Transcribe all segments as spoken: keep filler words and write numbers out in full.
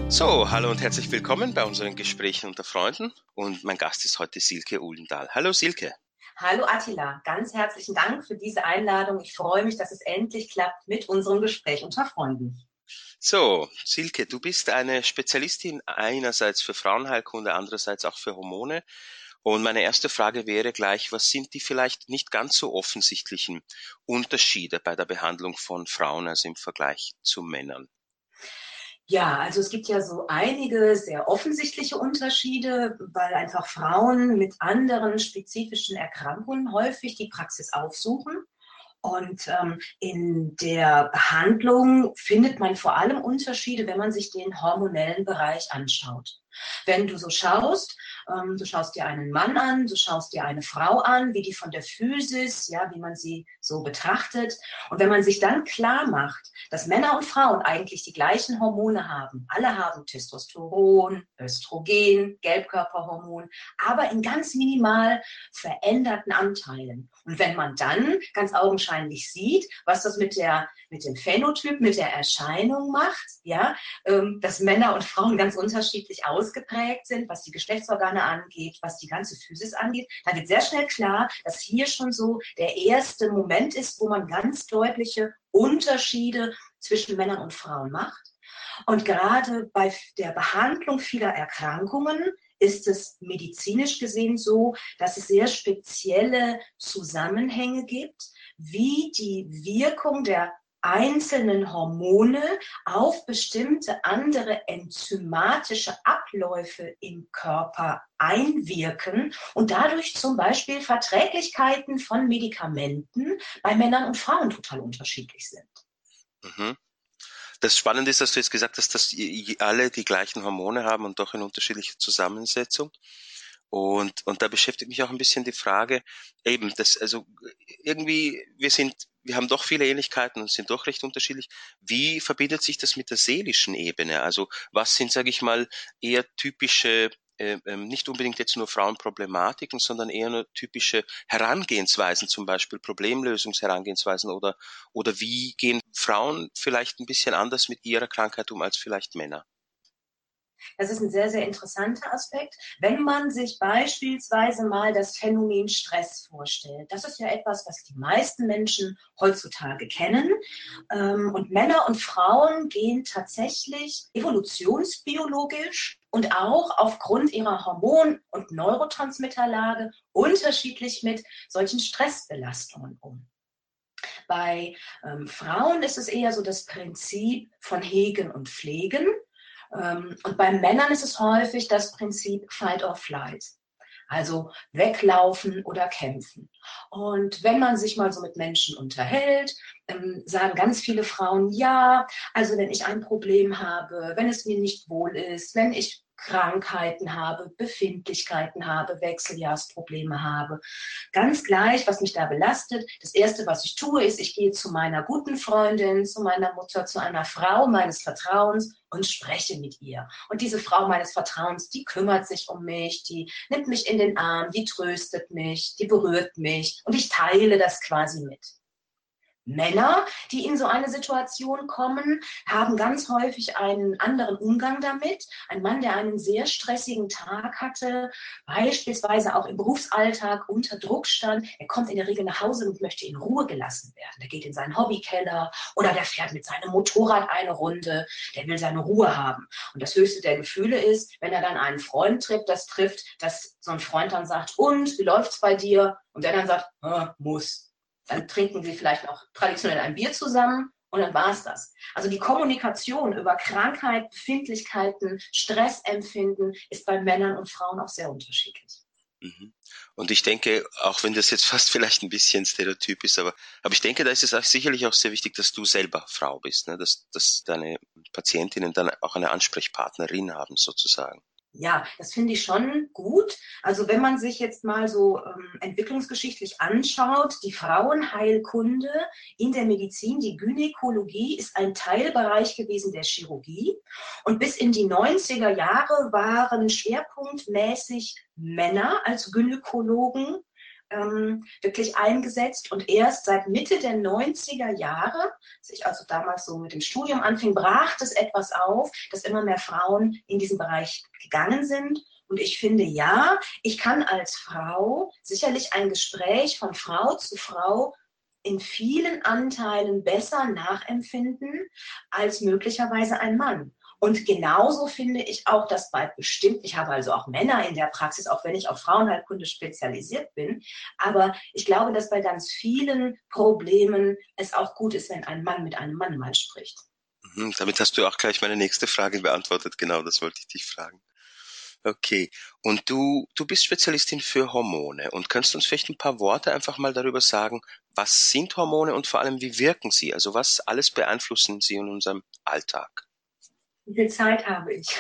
So, hallo und herzlich willkommen bei unseren Gesprächen unter Freunden. Und mein Gast ist heute Silke Uhlendahl. Hallo Silke. Hallo Attila, ganz herzlichen Dank für diese Einladung. Ich freue mich, dass es endlich klappt mit unserem Gespräch unter Freunden. So, Silke, du bist eine Spezialistin einerseits für Frauenheilkunde, andererseits auch für Hormone. Und meine erste Frage wäre gleich, was sind die vielleicht nicht ganz so offensichtlichen Unterschiede bei der Behandlung von Frauen als im Vergleich zu Männern? Ja, also es gibt ja so einige sehr offensichtliche Unterschiede, weil einfach Frauen mit anderen spezifischen Erkrankungen häufig die Praxis aufsuchen. Und ähm, in der Behandlung findet man vor allem Unterschiede, wenn man sich den hormonellen Bereich anschaut. Wenn du so schaust, ähm, du schaust dir einen Mann an, du schaust dir eine Frau an, wie die von der Physis, ja, wie man sie so betrachtet. Und wenn man sich dann klar macht, dass Männer und Frauen eigentlich die gleichen Hormone haben, alle haben Testosteron, Östrogen, Gelbkörperhormon, aber in ganz minimal veränderten Anteilen. Und wenn man dann ganz augenscheinlich sieht, was das mit der, mit dem Phänotyp, mit der Erscheinung macht, ja, ähm, dass Männer und Frauen ganz unterschiedlich ausgeprägt sind, was die Geschlechtsorgane angeht, was die ganze Physis angeht, dann wird sehr schnell klar, dass hier schon so der erste Moment ist, wo man ganz deutliche Unterschiede zwischen Männern und Frauen macht. Und gerade bei der Behandlung vieler Erkrankungen ist es medizinisch gesehen so, dass es sehr spezielle Zusammenhänge gibt, wie die Wirkung der einzelnen Hormone auf bestimmte andere enzymatische Abläufe im Körper einwirken und dadurch zum Beispiel Verträglichkeiten von Medikamenten bei Männern und Frauen total unterschiedlich sind. Mhm. Das Spannende ist, dass du jetzt gesagt hast, dass alle die gleichen Hormone haben und doch in unterschiedlicher Zusammensetzung. Und, und da beschäftigt mich auch ein bisschen die Frage, eben, dass, also irgendwie, wir sind, wir haben doch viele Ähnlichkeiten und sind doch recht unterschiedlich. Wie verbindet sich das mit der seelischen Ebene? Also was sind, sage ich mal, eher typische, äh, ähm, nicht unbedingt jetzt nur Frauenproblematiken, sondern eher nur typische Herangehensweisen, zum Beispiel Problemlösungsherangehensweisen oder, oder wie gehen Frauen vielleicht ein bisschen anders mit ihrer Krankheit um als vielleicht Männer? Das ist ein sehr, sehr interessanter Aspekt. Wenn man sich beispielsweise mal das Phänomen Stress vorstellt, das ist ja etwas, was die meisten Menschen heutzutage kennen. Ähm, Und Männer und Frauen gehen tatsächlich evolutionsbiologisch und auch aufgrund ihrer Hormon- und Neurotransmitterlage unterschiedlich mit solchen Stressbelastungen um. Bei ähm, Frauen ist es eher so das Prinzip von Hegen und Pflegen. Ähm, und bei Männern ist es häufig das Prinzip Fight or Flight. Also weglaufen oder kämpfen. Und wenn man sich mal so mit Menschen unterhält, ähm, sagen ganz viele Frauen, ja, also wenn ich ein Problem habe, wenn es mir nicht wohl ist, wenn ich Krankheiten habe, Befindlichkeiten habe, Wechseljahrsprobleme habe, ganz gleich, was mich da belastet. Das Erste, was ich tue, ist, ich gehe zu meiner guten Freundin, zu meiner Mutter, zu einer Frau meines Vertrauens und spreche mit ihr. Und diese Frau meines Vertrauens, die kümmert sich um mich, die nimmt mich in den Arm, die tröstet mich, die berührt mich und ich teile das quasi mit. Männer, die in so eine Situation kommen, haben ganz häufig einen anderen Umgang damit. Ein Mann, der einen sehr stressigen Tag hatte, beispielsweise auch im Berufsalltag unter Druck stand, er kommt in der Regel nach Hause und möchte in Ruhe gelassen werden. Der geht in seinen Hobbykeller oder der fährt mit seinem Motorrad eine Runde, der will seine Ruhe haben. Und das höchste der Gefühle ist, wenn er dann einen Freund trifft, das trifft, dass so ein Freund dann sagt, und, wie läuft's bei dir? Und der dann sagt, ah, muss. Dann trinken sie vielleicht noch traditionell ein Bier zusammen und dann war es das. Also die Kommunikation über Krankheit, Befindlichkeiten, Stressempfinden ist bei Männern und Frauen auch sehr unterschiedlich. Mhm. Und ich denke, auch wenn das jetzt fast vielleicht ein bisschen Stereotyp ist, aber, aber ich denke, da ist es auch sicherlich auch sehr wichtig, dass du selber Frau bist, ne? Dass, dass deine Patientinnen dann auch eine Ansprechpartnerin haben, sozusagen. Ja, das finde ich schon gut. Also wenn man sich jetzt mal so ähm, entwicklungsgeschichtlich anschaut, die Frauenheilkunde in der Medizin, die Gynäkologie ist ein Teilbereich gewesen der Chirurgie. Und bis in die neunziger Jahre waren schwerpunktmäßig Männer als Gynäkologen ähm, wirklich eingesetzt. Und erst seit Mitte der neunziger Jahre, als ich also damals so mit dem Studium anfing, brach es etwas auf, dass immer mehr Frauen in diesen Bereich gegangen sind. Und ich finde, ja, ich kann als Frau sicherlich ein Gespräch von Frau zu Frau in vielen Anteilen besser nachempfinden als möglicherweise ein Mann. Und genauso finde ich auch, dass bei bestimmt, ich habe also auch Männer in der Praxis, auch wenn ich auf Frauenheilkunde spezialisiert bin, aber ich glaube, dass bei ganz vielen Problemen es auch gut ist, wenn ein Mann mit einem Mann mal spricht. Mhm, damit hast du auch gleich meine nächste Frage beantwortet. Genau, das wollte ich dich fragen. Okay, und du, du bist Spezialistin für Hormone und kannst du uns vielleicht ein paar Worte einfach mal darüber sagen, was sind Hormone und vor allem, wie wirken sie? Also was alles beeinflussen sie in unserem Alltag? Wie viel Zeit habe ich?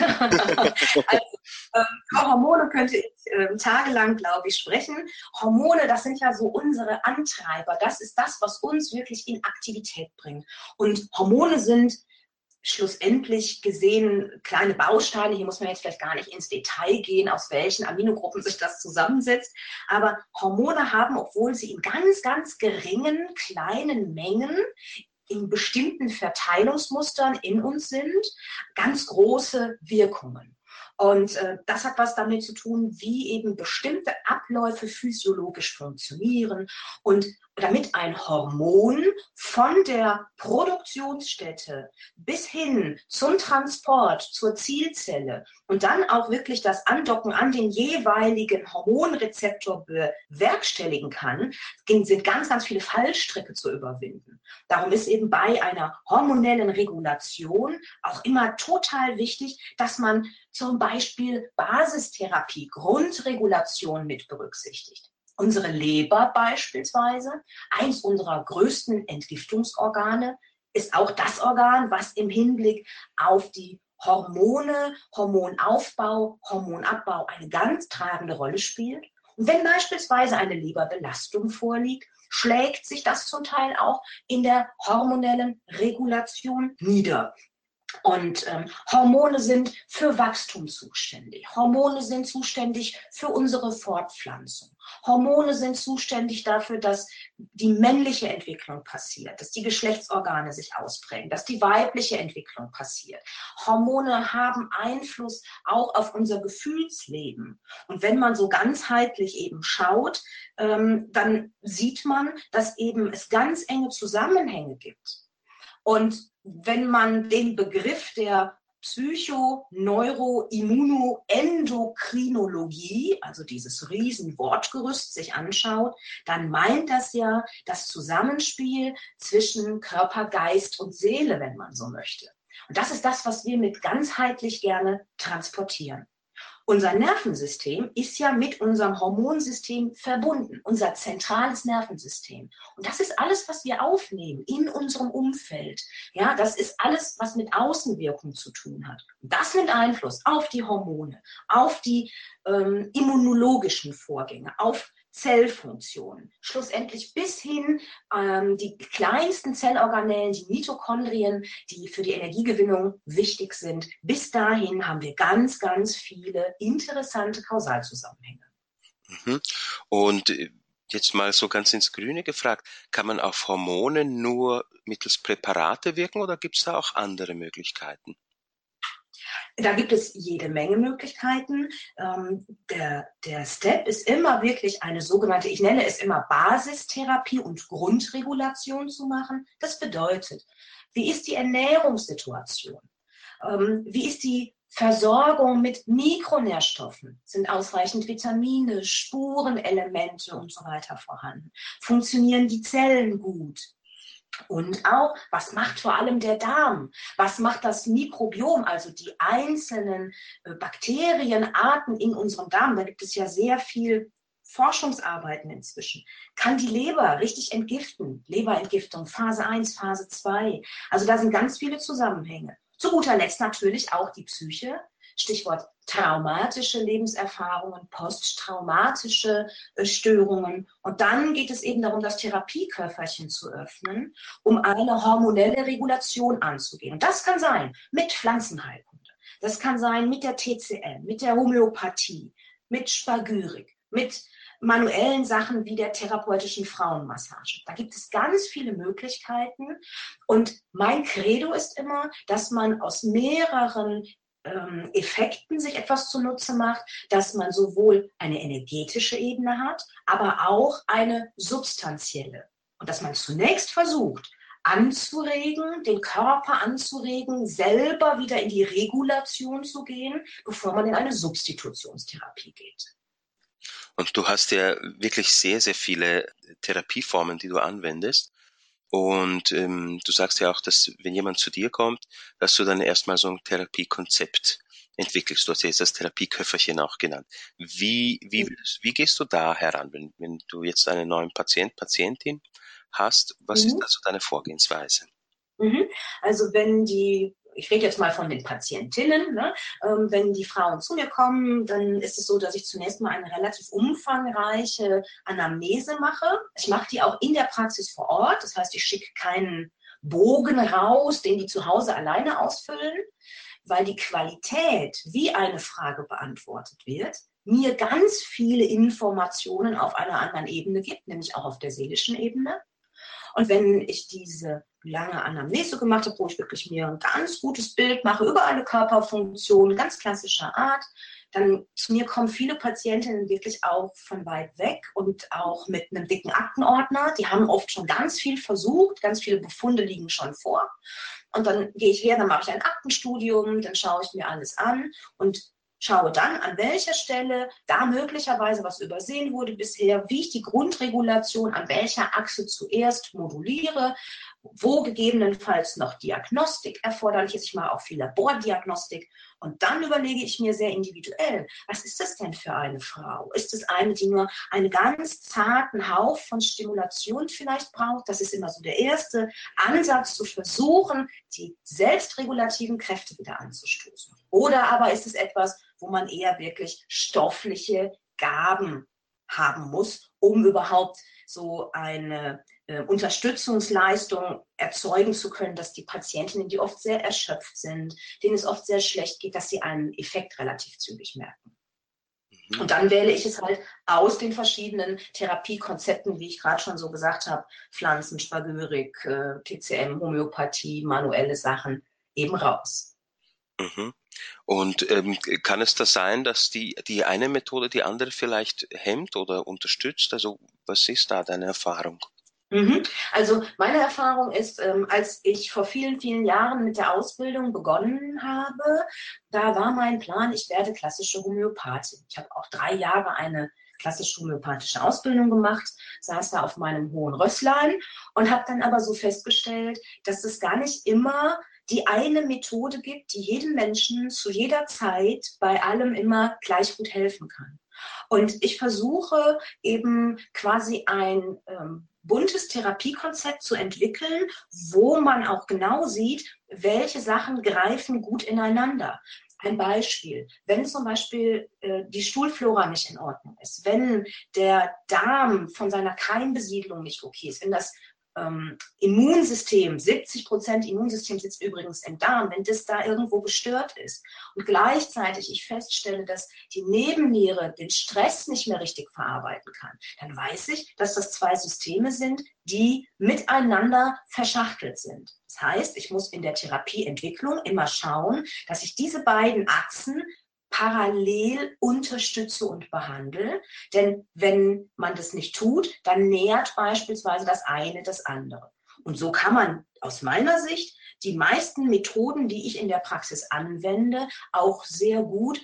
Also, ähm, über Hormone könnte ich ähm, tagelang, glaube ich, sprechen. Hormone, das sind ja so unsere Antreiber. Das ist das, was uns wirklich in Aktivität bringt. Und Hormone sind schlussendlich gesehen kleine Bausteine. Hier muss man jetzt vielleicht gar nicht ins Detail gehen, aus welchen Aminogruppen sich das zusammensetzt. Aber Hormone haben, obwohl sie in ganz, ganz geringen, kleinen Mengen in bestimmten Verteilungsmustern in uns sind, ganz große Wirkungen. Und äh, das hat was damit zu tun, wie eben bestimmte Abläufe physiologisch funktionieren und damit ein Hormon von der Produktionsstätte bis hin zum Transport zur Zielzelle und dann auch wirklich das Andocken an den jeweiligen Hormonrezeptor bewerkstelligen kann, sind ganz, ganz viele Fallstricke zu überwinden. Darum ist eben bei einer hormonellen Regulation auch immer total wichtig, dass man zum Beispiel Basistherapie, Grundregulation mit berücksichtigt. Unsere Leber beispielsweise, eins unserer größten Entgiftungsorgane, ist auch das Organ, was im Hinblick auf die Hormone, Hormonaufbau, Hormonabbau eine ganz tragende Rolle spielt. Und wenn beispielsweise eine Leberbelastung vorliegt, schlägt sich das zum Teil auch in der hormonellen Regulation nieder. Und ähm, Hormone sind für Wachstum zuständig. Hormone sind zuständig für unsere Fortpflanzung. Hormone sind zuständig dafür, dass die männliche Entwicklung passiert, dass die Geschlechtsorgane sich ausprägen, dass die weibliche Entwicklung passiert. Hormone haben Einfluss auch auf unser Gefühlsleben. Und wenn man so ganzheitlich eben schaut, ähm, dann sieht man, dass eben es ganz enge Zusammenhänge gibt. Und wenn man den Begriff der Psycho-Neuro-Immuno-Endokrinologie, also dieses Riesenwortgerüst, sich anschaut, dann meint das ja das Zusammenspiel zwischen Körper, Geist und Seele, wenn man so möchte. Und das ist das, was wir mit ganzheitlich gerne transportieren. Unser Nervensystem ist ja mit unserem Hormonsystem verbunden, unser zentrales Nervensystem. Und das ist alles, was wir aufnehmen in unserem Umfeld. Ja, das ist alles, was mit Außenwirkung zu tun hat. Und das nimmt Einfluss auf die Hormone, auf die ähm, immunologischen Vorgänge, auf Zellfunktionen, schlussendlich bis hin ähm, die kleinsten Zellorganellen, die Mitochondrien, die für die Energiegewinnung wichtig sind. Bis dahin haben wir ganz, ganz viele interessante Kausalzusammenhänge. Mhm. Und äh, jetzt mal so ganz ins Grüne gefragt, kann man auf Hormone nur mittels Präparate wirken oder gibt es da auch andere Möglichkeiten? Da gibt es jede Menge Möglichkeiten. Ähm, der, der Step ist immer wirklich eine sogenannte, ich nenne es immer Basistherapie und Grundregulation zu machen. Das bedeutet, wie ist die Ernährungssituation? Ähm, wie ist die Versorgung mit Mikronährstoffen? Sind ausreichend Vitamine, Spurenelemente und so weiter vorhanden? Funktionieren die Zellen gut? Und auch, was macht vor allem der Darm? Was macht das Mikrobiom, also die einzelnen Bakterienarten in unserem Darm? Da gibt es ja sehr viel Forschungsarbeiten inzwischen. Kann die Leber richtig entgiften? Leberentgiftung, Phase eins, Phase zwei. Also da sind ganz viele Zusammenhänge. Zu guter Letzt natürlich auch die Psyche. Stichwort traumatische Lebenserfahrungen, posttraumatische äh, Störungen. Und dann geht es eben darum, das Therapieköfferchen zu öffnen, um eine hormonelle Regulation anzugehen. Und das kann sein mit Pflanzenheilkunde. Das kann sein mit der T C M, mit der Homöopathie, mit Spagyrik, mit manuellen Sachen wie der therapeutischen Frauenmassage. Da gibt es ganz viele Möglichkeiten. Und mein Credo ist immer, dass man aus mehreren ähm, Effekten sich etwas zunutze macht, dass man sowohl eine energetische Ebene hat, aber auch eine substanzielle. Und dass man zunächst versucht, anzuregen, den Körper anzuregen, selber wieder in die Regulation zu gehen, bevor man in eine Substitutionstherapie geht. Und du hast ja wirklich sehr, sehr viele Therapieformen, die du anwendest. Und ähm, du sagst ja auch, dass wenn jemand zu dir kommt, dass du dann erstmal so ein Therapiekonzept entwickelst. Du hast ja jetzt das Therapieköfferchen auch genannt. Wie, wie, wie gehst du da heran, wenn, wenn du jetzt einen neuen Patient, Patientin hast? Was Mhm. ist also deine Vorgehensweise? Mhm. Also wenn die, ich rede jetzt mal von den Patientinnen, ne? ähm, wenn die Frauen zu mir kommen, dann ist es so, dass ich zunächst mal eine relativ umfangreiche Anamnese mache. Ich mache die auch in der Praxis vor Ort. Das heißt, ich schicke keinen Bogen raus, den die zu Hause alleine ausfüllen, weil die Qualität, wie eine Frage beantwortet wird, mir ganz viele Informationen auf einer anderen Ebene gibt, nämlich auch auf der seelischen Ebene. Und wenn ich diese lange Anamnese gemacht habe, wo ich wirklich mir ein ganz gutes Bild mache über eine Körperfunktion, ganz klassischer Art, dann zu mir kommen viele Patientinnen wirklich auch von weit weg und auch mit einem dicken Aktenordner. Die haben oft schon ganz viel versucht, ganz viele Befunde liegen schon vor. Und dann gehe ich her, dann mache ich ein Aktenstudium, dann schaue ich mir alles an und schaue dann, an welcher Stelle da möglicherweise was übersehen wurde bisher, wie ich die Grundregulation an welcher Achse zuerst moduliere, wo gegebenenfalls noch Diagnostik erforderlich ist. Ich mache auch viel Labordiagnostik. Und dann überlege ich mir sehr individuell, was ist das denn für eine Frau? Ist es eine, die nur einen ganz zarten Hauch von Stimulation vielleicht braucht? Das ist immer so der erste Ansatz, zu versuchen, die selbstregulativen Kräfte wieder anzustoßen. Oder aber ist es etwas, wo man eher wirklich stoffliche Gaben haben muss, um überhaupt so eine äh, Unterstützungsleistung erzeugen zu können, dass die Patientinnen, die oft sehr erschöpft sind, denen es oft sehr schlecht geht, dass sie einen Effekt relativ zügig merken. Mhm. Und dann wähle ich es halt aus den verschiedenen Therapiekonzepten, wie ich gerade schon so gesagt habe, Pflanzen, Spagyrik, äh, T C M, Homöopathie, manuelle Sachen, eben raus. Mhm. Und ähm, kann es da sein, dass die, die eine Methode die andere vielleicht hemmt oder unterstützt? Also was ist da deine Erfahrung? Mhm. Also meine Erfahrung ist, ähm, als ich vor vielen, vielen Jahren mit der Ausbildung begonnen habe, da war mein Plan, ich werde klassische Homöopathin. Ich habe auch drei Jahre eine klassische homöopathische Ausbildung gemacht, saß da auf meinem hohen Rösslein und habe dann aber so festgestellt, dass es gar nicht immer die eine Methode gibt, die jedem Menschen zu jeder Zeit bei allem immer gleich gut helfen kann. Und ich versuche eben quasi ein ähm, buntes Therapiekonzept zu entwickeln, wo man auch genau sieht, welche Sachen greifen gut ineinander. Ein Beispiel, wenn zum Beispiel äh, die Stuhlflora nicht in Ordnung ist, wenn der Darm von seiner Keimbesiedlung nicht okay ist, wenn das ähm, Immunsystem, siebzig Prozent Immunsystem sitzt übrigens im Darm, wenn das da irgendwo gestört ist und gleichzeitig ich feststelle, dass die Nebenniere den Stress nicht mehr richtig verarbeiten kann, dann weiß ich, dass das zwei Systeme sind, die miteinander verschachtelt sind. Das heißt, ich muss in der Therapieentwicklung immer schauen, dass ich diese beiden Achsen parallel unterstütze und behandle. Denn wenn man das nicht tut, dann nährt beispielsweise das eine das andere. Und so kann man aus meiner Sicht die meisten Methoden, die ich in der Praxis anwende, auch sehr gut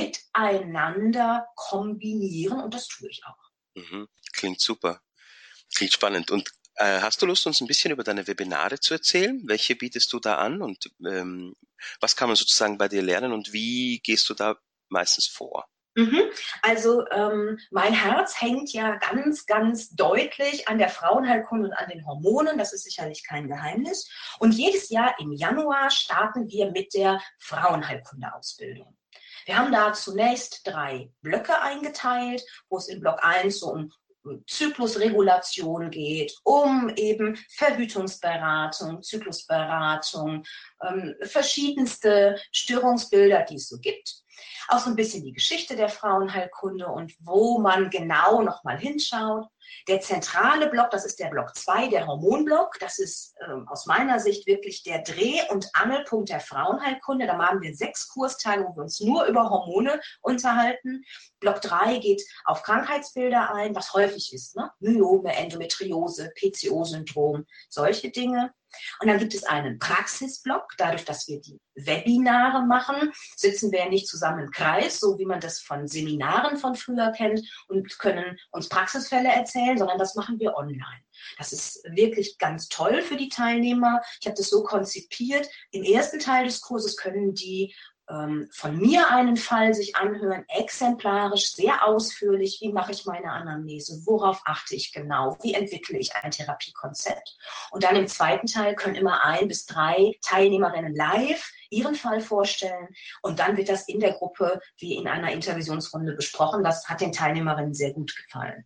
miteinander kombinieren. Und das tue ich auch. Mhm. Klingt super. Klingt spannend. Und äh, hast du Lust, uns ein bisschen über deine Webinare zu erzählen? Welche bietest du da an und ähm, was kann man sozusagen bei dir lernen und wie gehst du da meistens vor? Mhm. Also ähm, mein Herz hängt ja ganz, ganz deutlich an der Frauenheilkunde und an den Hormonen. Das ist sicherlich kein Geheimnis. Und jedes Jahr im Januar starten wir mit der Frauenheilkunde-Ausbildung. Wir haben da zunächst drei Blöcke eingeteilt, wo es in Block eins so um Zyklusregulation geht, um eben Verhütungsberatung, Zyklusberatung, ähm, verschiedenste Störungsbilder, die es so gibt. auch so ein bisschen die Geschichte der Frauenheilkunde und wo man genau nochmal hinschaut. Der zentrale Block, das ist der Block zwei, der Hormonblock. Das ist ähm, aus meiner Sicht wirklich der Dreh- und Angelpunkt der Frauenheilkunde. Da machen wir sechs Kurstage, wo wir uns nur über Hormone unterhalten. Block drei geht auf Krankheitsbilder ein, was häufig ist, ne? Myome, Endometriose, P C O-Syndrom, solche Dinge. Und dann gibt es einen Praxisblock. Dadurch, dass wir die Webinare machen, sitzen wir ja nicht zusammen im Kreis, so wie man das von Seminaren von früher kennt und können uns Praxisfälle erzählen, sondern das machen wir online. Das ist wirklich ganz toll für die Teilnehmer. Ich habe das so konzipiert. Im ersten Teil des Kurses können die von mir einen Fall sich anhören, exemplarisch, sehr ausführlich, wie mache ich meine Anamnese, worauf achte ich genau, wie entwickle ich ein Therapiekonzept. Und dann im zweiten Teil können immer ein bis drei Teilnehmerinnen live ihren Fall vorstellen und dann wird das in der Gruppe wie in einer Intervisionsrunde besprochen. Das hat den Teilnehmerinnen sehr gut gefallen.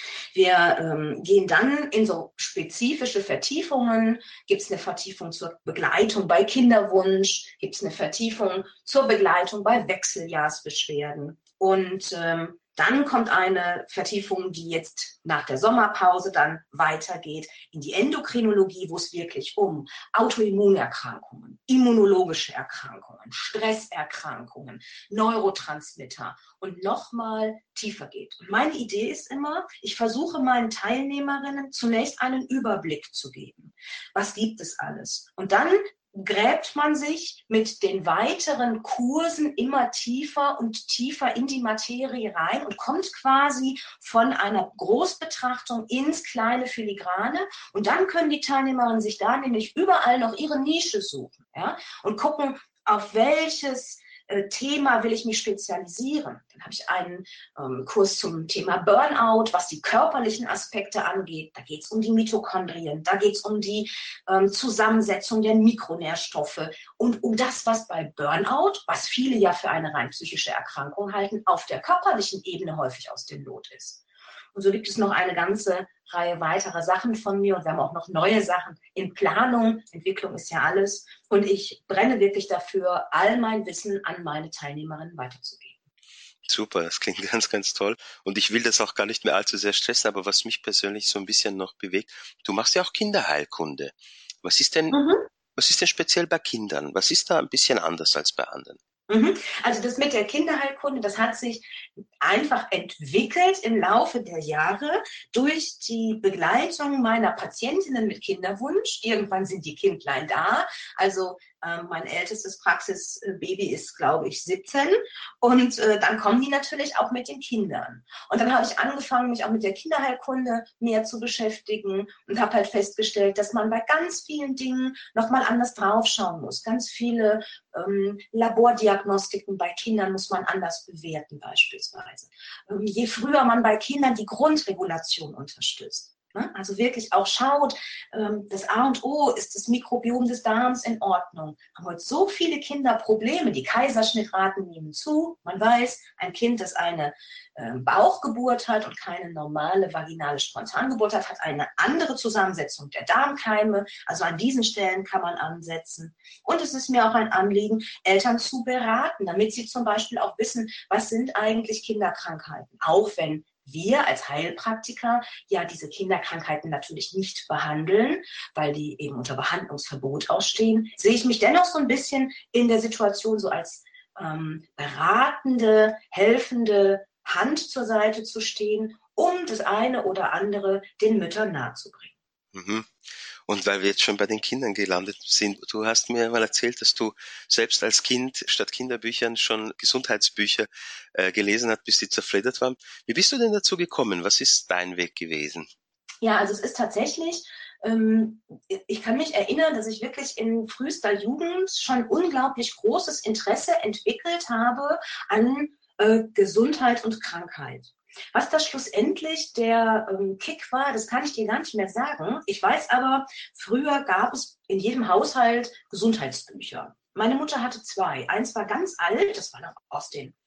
Wir ähm, gehen dann in so spezifische Vertiefungen. Gibt es eine Vertiefung zur Begleitung bei Kinderwunsch? Gibt es eine Vertiefung zur Begleitung bei Wechseljahrsbeschwerden? Und ähm, dann kommt eine Vertiefung, die jetzt nach der Sommerpause dann weitergeht in die Endokrinologie, wo es wirklich um Autoimmunerkrankungen, immunologische Erkrankungen, Stresserkrankungen, Neurotransmitter und nochmal tiefer geht. Und meine Idee ist immer, ich versuche meinen Teilnehmerinnen zunächst einen Überblick zu geben. Was gibt es alles? Und dann gräbt man sich mit den weiteren Kursen immer tiefer und tiefer in die Materie rein und kommt quasi von einer Großbetrachtung ins kleine Filigrane. Und dann können die Teilnehmerinnen sich da nämlich überall noch ihre Nische suchen, ja, und gucken, auf welches Thema will ich mich spezialisieren. Dann habe ich einen ähm, Kurs zum Thema Burnout, was die körperlichen Aspekte angeht. Da geht es um die Mitochondrien, da geht es um die ähm, Zusammensetzung der Mikronährstoffe und um das, was bei Burnout, was viele ja für eine rein psychische Erkrankung halten, auf der körperlichen Ebene häufig aus dem Lot ist. Und so gibt es noch eine ganze Reihe weiterer Sachen von mir und wir haben auch noch neue Sachen in Planung. Entwicklung ist ja alles. Und ich brenne wirklich dafür, all mein Wissen an meine Teilnehmerinnen weiterzugeben. Super, das klingt ganz, ganz toll. Und ich will das auch gar nicht mehr allzu sehr stressen, aber was mich persönlich so ein bisschen noch bewegt, du machst ja auch Kinderheilkunde. Was ist denn, mhm. was ist denn speziell bei Kindern? Was ist da ein bisschen anders als bei anderen? Also das mit der Kinderheilkunde, das hat sich einfach entwickelt im Laufe der Jahre durch die Begleitung meiner Patientinnen mit Kinderwunsch. Irgendwann sind die Kindlein da. Also äh, mein ältestes Praxisbaby ist, glaube ich, siebzehn. Und äh, dann kommen die natürlich auch mit den Kindern. Und dann habe ich angefangen, mich auch mit der Kinderheilkunde mehr zu beschäftigen und habe halt festgestellt, dass man bei ganz vielen Dingen nochmal anders draufschauen muss. Ganz viele ähm, Labordiagnostiken bei Kindern muss man anders bewerten beispielsweise. Ähm, je früher man bei Kindern die Grundregulation unterstützt, ne? Also wirklich auch schaut, ähm, das A und O, ist das Mikrobiom des Darms in Ordnung? Haben heute so viele Kinder Probleme, die Kaiserschnittraten nehmen zu. Man weiß, ein Kind, das eine äh, Bauchgeburt hat und keine normale vaginale Spontangeburt hat, hat eine andere Zusammensetzung der Darmkeime. Also an diesen Stellen kann man ansetzen. Und es ist mir auch ein Anliegen, Eltern zu beraten, damit sie zum Beispiel auch wissen, was sind eigentlich Kinderkrankheiten, auch wenn wir als Heilpraktiker ja diese Kinderkrankheiten natürlich nicht behandeln, weil die eben unter Behandlungsverbot ausstehen, sehe ich mich dennoch so ein bisschen in der Situation so als ähm, beratende, helfende Hand zur Seite zu stehen, um das eine oder andere den Müttern nahezubringen. Mhm. Und weil wir jetzt schon bei den Kindern gelandet sind, du hast mir mal erzählt, dass du selbst als Kind statt Kinderbüchern schon Gesundheitsbücher äh, gelesen hast, bis die zerfleddert waren. Wie bist du denn dazu gekommen? Was ist dein Weg gewesen? Ja, also es ist tatsächlich, ähm, ich kann mich erinnern, dass ich wirklich in frühester Jugend schon unglaublich großes Interesse entwickelt habe an äh, Gesundheit und Krankheit. Was das schlussendlich der ähm, Kick war, das kann ich dir gar nicht mehr sagen. Ich weiß aber, früher gab es in jedem Haushalt Gesundheitsbücher. Meine Mutter hatte zwei. Eins war ganz alt, das war noch aus den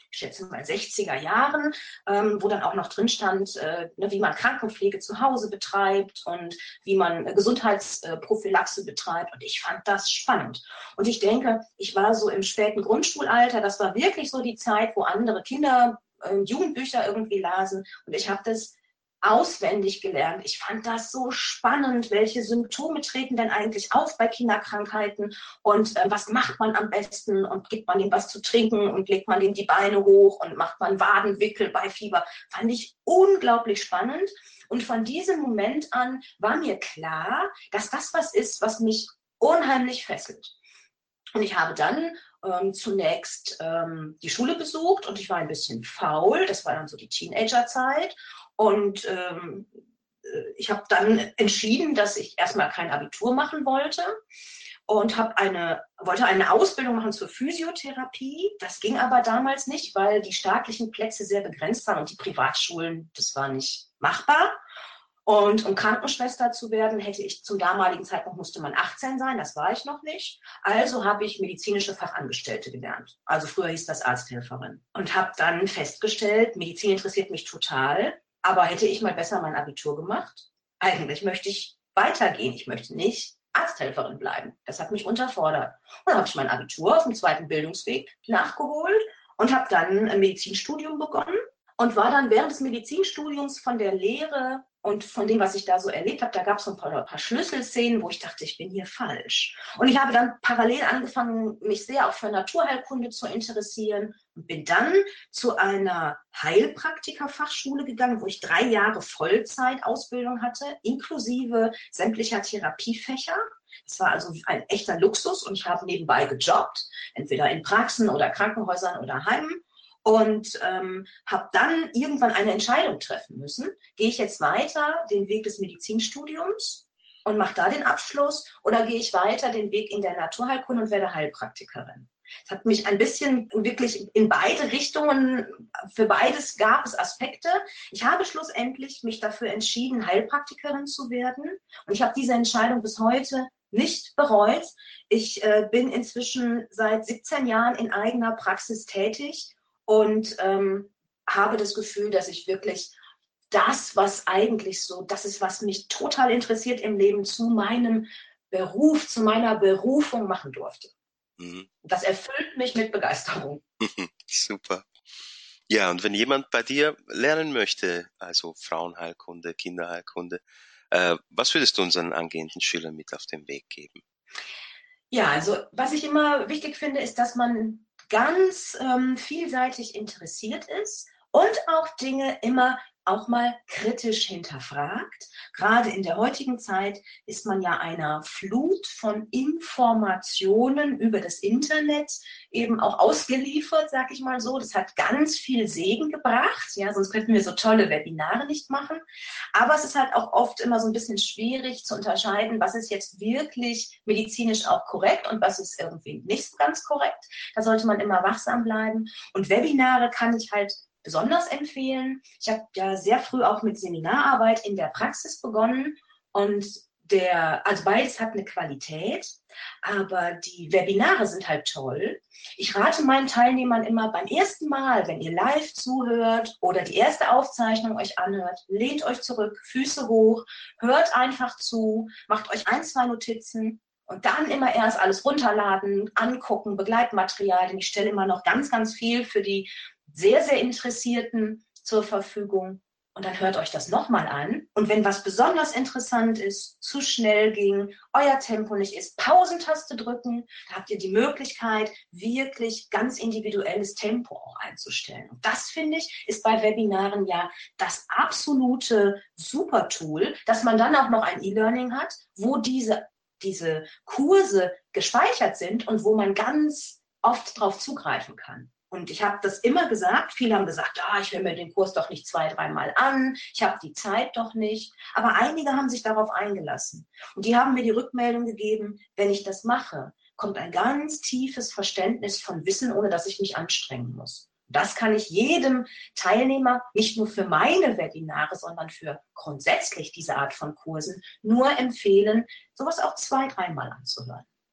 ich schätze mal sechziger Jahren, ähm, wo dann auch noch drin stand, äh, ne, wie man Krankenpflege zu Hause betreibt und wie man äh, Gesundheitsprophylaxe betreibt. Und ich fand das spannend. Und ich denke, ich war so im späten Grundschulalter, das war wirklich so die Zeit, wo andere Kinder äh, Jugendbücher irgendwie lasen. Und ich habe das auswendig gelernt. Ich fand das so spannend, welche Symptome treten denn eigentlich auf bei Kinderkrankheiten und äh, was macht man am besten und gibt man ihm was zu trinken und legt man ihm die Beine hoch und macht man Wadenwickel bei Fieber. Fand ich unglaublich spannend und von diesem Moment an war mir klar, dass das was ist, was mich unheimlich fesselt. Und ich habe dann ähm, zunächst ähm, die Schule besucht und ich war ein bisschen faul, das war dann so die Teenagerzeit. Und ähm, ich habe dann entschieden, dass ich erstmal kein Abitur machen wollte und habe eine, wollte eine Ausbildung machen zur Physiotherapie. Das ging aber damals nicht, weil die staatlichen Plätze sehr begrenzt waren und die Privatschulen, das war nicht machbar. Und um Krankenschwester zu werden, hätte ich zum damaligen Zeitpunkt, musste man achtzehn sein, das war ich noch nicht. Also habe ich medizinische Fachangestellte gelernt. Also früher hieß das Arzthelferin. Und habe dann festgestellt, Medizin interessiert mich total, aber hätte ich mal besser mein Abitur gemacht? Eigentlich möchte ich weitergehen, ich möchte nicht Arzthelferin bleiben. Das hat mich unterfordert. Und dann habe ich mein Abitur auf dem zweiten Bildungsweg nachgeholt und habe dann ein Medizinstudium begonnen und war dann während des Medizinstudiums von der Lehre und von dem, was ich da so erlebt habe, da gab es so ein paar, ein paar Schlüsselszenen, wo ich dachte, ich bin hier falsch. Und ich habe dann parallel angefangen, mich sehr auch für Naturheilkunde zu interessieren und bin dann zu einer Heilpraktikerfachschule gegangen, wo ich drei Jahre Vollzeitausbildung hatte, inklusive sämtlicher Therapiefächer. Das war also ein echter Luxus und ich habe nebenbei gejobbt, entweder in Praxen oder Krankenhäusern oder Heimen. Und ähm, habe dann irgendwann eine Entscheidung treffen müssen. Gehe ich jetzt weiter den Weg des Medizinstudiums und mache da den Abschluss oder gehe ich weiter den Weg in der Naturheilkunde und werde Heilpraktikerin? Es hat mich ein bisschen wirklich in beide Richtungen, für beides gab es Aspekte. Ich habe schlussendlich mich dafür entschieden, Heilpraktikerin zu werden. Und ich habe diese Entscheidung bis heute nicht bereut. Ich äh, bin inzwischen seit siebzehn Jahren in eigener Praxis tätig und ähm, habe das Gefühl, dass ich wirklich das, was eigentlich so, das ist, was mich total interessiert im Leben, zu meinem Beruf, zu meiner Berufung machen durfte. Mhm. Das erfüllt mich mit Begeisterung. Super. Ja, und wenn jemand bei dir lernen möchte, also Frauenheilkunde, Kinderheilkunde, äh, was würdest du unseren angehenden Schülern mit auf den Weg geben? Ja, also was ich immer wichtig finde, ist, dass man ganz ähm, vielseitig interessiert ist und auch Dinge immer auch mal kritisch hinterfragt. Gerade in der heutigen Zeit ist man ja einer Flut von Informationen über das Internet eben auch ausgeliefert, sag ich mal so. Das hat ganz viel Segen gebracht, ja, sonst könnten wir so tolle Webinare nicht machen. Aber es ist halt auch oft immer so ein bisschen schwierig zu unterscheiden, was ist jetzt wirklich medizinisch auch korrekt und was ist irgendwie nicht so ganz korrekt. Da sollte man immer wachsam bleiben. Und Webinare kann ich halt besonders empfehlen. Ich habe ja sehr früh auch mit Seminararbeit in der Praxis begonnen und der, also beides hat eine Qualität, aber die Webinare sind halt toll. Ich rate meinen Teilnehmern immer beim ersten Mal, wenn ihr live zuhört oder die erste Aufzeichnung euch anhört, lehnt euch zurück, Füße hoch, hört einfach zu, macht euch ein, zwei Notizen und dann immer erst alles runterladen, angucken, Begleitmaterialien. Ich stelle immer noch ganz, ganz viel für die sehr, sehr Interessierten zur Verfügung. Und dann hört euch das nochmal an. Und wenn was besonders interessant ist, zu schnell ging, euer Tempo nicht ist, Pausentaste drücken, da habt ihr die Möglichkeit, wirklich ganz individuelles Tempo auch einzustellen. Und das, finde ich, ist bei Webinaren ja das absolute Supertool, dass man dann auch noch ein E-Learning hat, wo diese, diese Kurse gespeichert sind und wo man ganz oft drauf zugreifen kann. Und ich habe das immer gesagt, viele haben gesagt, ah, ich höre mir den Kurs doch nicht zwei, dreimal an, ich habe die Zeit doch nicht. Aber einige haben sich darauf eingelassen. Und die haben mir die Rückmeldung gegeben, wenn ich das mache, kommt ein ganz tiefes Verständnis von Wissen, ohne dass ich mich anstrengen muss. Das kann ich jedem Teilnehmer, nicht nur für meine Webinare, sondern für grundsätzlich diese Art von Kursen, nur empfehlen, sowas auch zwei, dreimal anzuhören.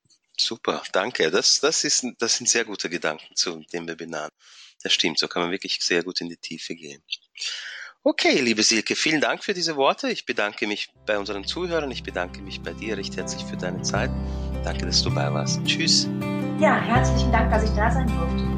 Super, danke. Das, das, ist, das sind sehr gute Gedanken zu dem Webinar. Das stimmt, so kann man wirklich sehr gut in die Tiefe gehen. Okay, liebe Silke, vielen Dank für diese Worte. Ich bedanke mich bei unseren Zuhörern. Ich bedanke mich bei dir recht herzlich für deine Zeit. Danke, dass du dabei warst. Tschüss. Ja, herzlichen Dank, dass ich da sein durfte.